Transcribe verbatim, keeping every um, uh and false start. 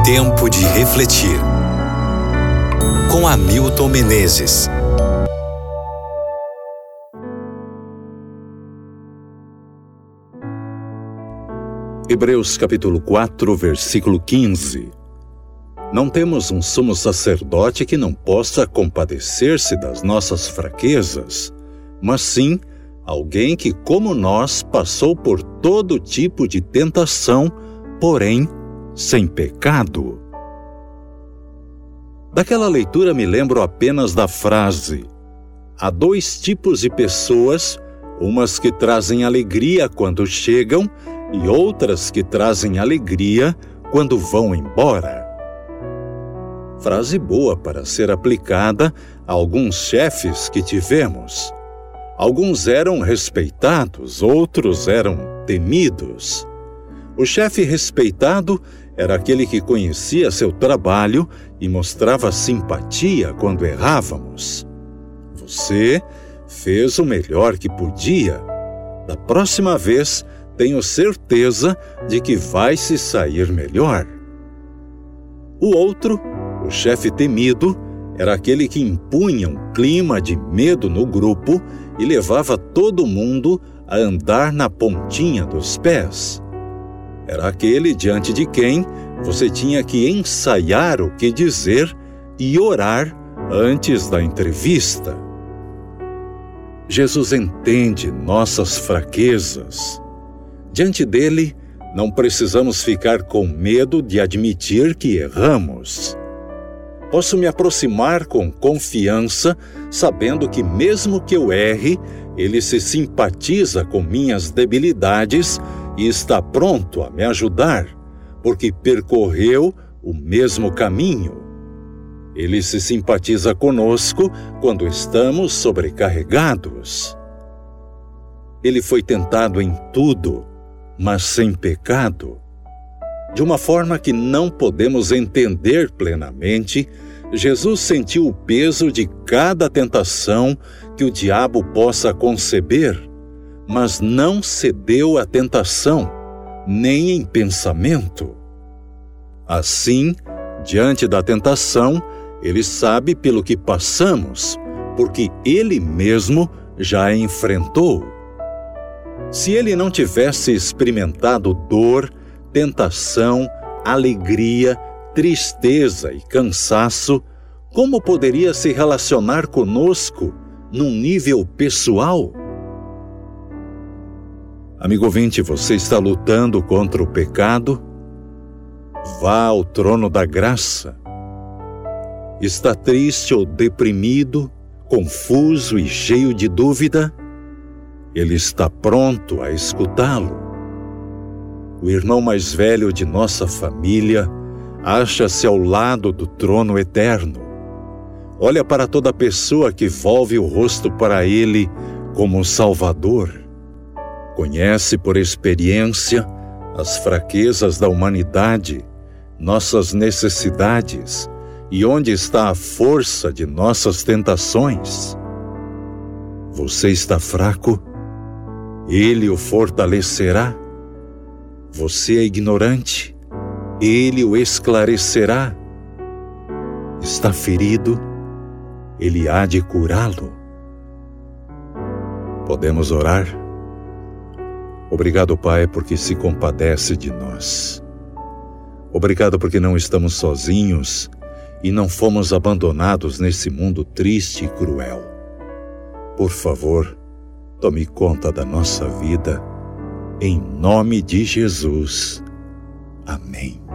Tempo de refletir. Com Hamilton Menezes. Hebreus capítulo quatro, versículo quinze. Não temos um sumo sacerdote que não possa compadecer-se das nossas fraquezas, mas sim alguém que, como nós, passou por todo tipo de tentação, porém sem pecado. Daquela leitura me lembro apenas da frase: há dois tipos de pessoas, umas que trazem alegria quando chegam e outras que trazem alegria quando vão embora. Frase boa para ser aplicada a alguns chefes que tivemos. Alguns eram respeitados, outros eram temidos. O chefe respeitado era aquele que conhecia seu trabalho e mostrava simpatia quando errávamos. Você fez o melhor que podia. Da próxima vez, tenho certeza de que vai se sair melhor. O outro, o chefe temido, era aquele que impunha um clima de medo no grupo e levava todo mundo a andar na pontinha dos pés. Era aquele diante de quem você tinha que ensaiar o que dizer e orar antes da entrevista. Jesus entende nossas fraquezas. Diante dele, não precisamos ficar com medo de admitir que erramos. Posso me aproximar com confiança, sabendo que mesmo que eu erre, ele se simpatiza com minhas debilidades e está pronto a me ajudar, porque percorreu o mesmo caminho. Ele se simpatiza conosco quando estamos sobrecarregados. Ele foi tentado em tudo, mas sem pecado. De uma forma que não podemos entender plenamente, Jesus sentiu o peso de cada tentação que o diabo possa conceber, mas não cedeu à tentação, nem em pensamento. Assim, diante da tentação, ele sabe pelo que passamos, porque ele mesmo já a enfrentou. Se ele não tivesse experimentado dor, tentação, alegria, tristeza e cansaço, como poderia se relacionar conosco num nível pessoal? Amigo ouvinte, você está lutando contra o pecado? Vá ao trono da graça. Está triste ou deprimido, confuso e cheio de dúvida? Ele está pronto a escutá-lo. O irmão mais velho de nossa família acha-se ao lado do trono eterno. Olha para toda pessoa que volve o rosto para ele como Salvador. Conhece por experiência as fraquezas da humanidade, nossas necessidades e onde está a força de nossas tentações. Você está fraco? Ele o fortalecerá. Você é ignorante? Ele o esclarecerá. Está ferido? Ele há de curá-lo. Podemos orar? Obrigado, Pai, porque se compadece de nós. Obrigado porque não estamos sozinhos e não fomos abandonados nesse mundo triste e cruel. Por favor, tome conta da nossa vida. Em nome de Jesus. Amém.